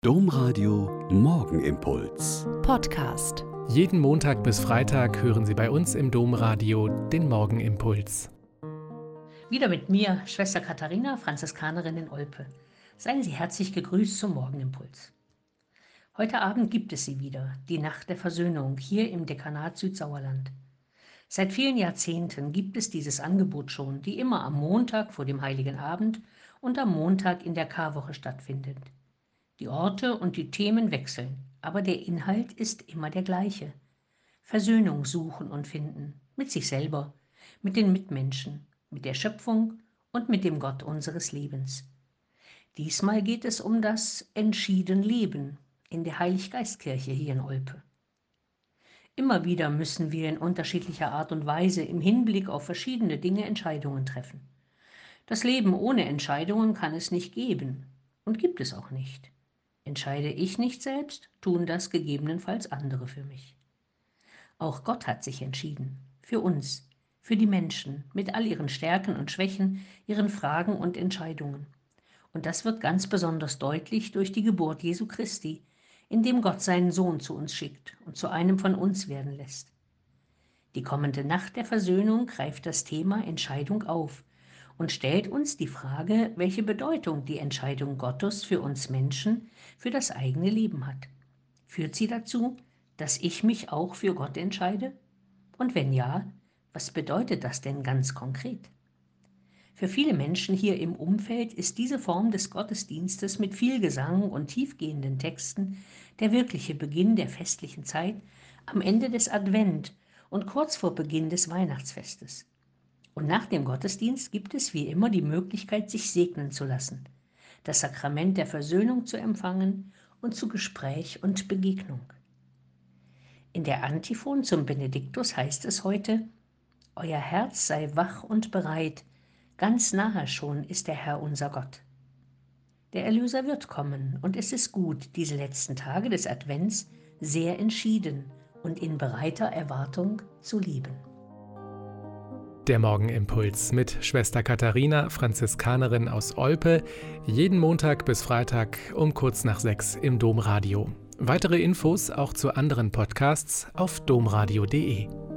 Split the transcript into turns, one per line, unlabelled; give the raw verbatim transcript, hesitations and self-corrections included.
Domradio Morgenimpuls.
Podcast.
Jeden Montag bis Freitag hören Sie bei uns im Domradio den Morgenimpuls.
Wieder mit mir, Schwester Katharina, Franziskanerin in Olpe. Seien Sie herzlich gegrüßt zum Morgenimpuls. Heute Abend gibt es sie wieder, die Nacht der Versöhnung, hier im Dekanat Südsauerland. Seit vielen Jahrzehnten gibt es dieses Angebot schon, die immer am Montag vor dem Heiligen Abend und am Montag in der Karwoche stattfindet. Die Orte und die Themen wechseln, aber der Inhalt ist immer der gleiche. Versöhnung suchen und finden, mit sich selber, mit den Mitmenschen, mit der Schöpfung und mit dem Gott unseres Lebens. Diesmal geht es um das entschieden Leben in der Heiliggeistkirche hier in Olpe. Immer wieder müssen wir in unterschiedlicher Art und Weise im Hinblick auf verschiedene Dinge Entscheidungen treffen. Das Leben ohne Entscheidungen kann es nicht geben und gibt es auch nicht. Entscheide ich nicht selbst, tun das gegebenenfalls andere für mich. Auch Gott hat sich entschieden, für uns, für die Menschen, mit all ihren Stärken und Schwächen, ihren Fragen und Entscheidungen. Und das wird ganz besonders deutlich durch die Geburt Jesu Christi, indem Gott seinen Sohn zu uns schickt und zu einem von uns werden lässt. Die kommende Nacht der Versöhnung greift das Thema Entscheidung auf und stellt uns die Frage, welche Bedeutung die Entscheidung Gottes für uns Menschen, für das eigene Leben hat. Führt sie dazu, dass ich mich auch für Gott entscheide? Und wenn ja, was bedeutet das denn ganz konkret? Für viele Menschen hier im Umfeld ist diese Form des Gottesdienstes mit viel Gesang und tiefgehenden Texten der wirkliche Beginn der festlichen Zeit am Ende des Advent und kurz vor Beginn des Weihnachtsfestes. Und nach dem Gottesdienst gibt es wie immer die Möglichkeit, sich segnen zu lassen, das Sakrament der Versöhnung zu empfangen und zu Gespräch und Begegnung. In der Antiphon zum Benediktus heißt es heute: Euer Herz sei wach und bereit, ganz nahe schon ist der Herr unser Gott. Der Erlöser wird kommen und es ist gut, diese letzten Tage des Advents sehr entschieden und in bereiter Erwartung zu leben.
Der Morgenimpuls mit Schwester Katharina, Franziskanerin aus Olpe, jeden Montag bis Freitag um kurz nach sechs im Domradio. Weitere Infos auch zu anderen Podcasts auf domradio punkt de.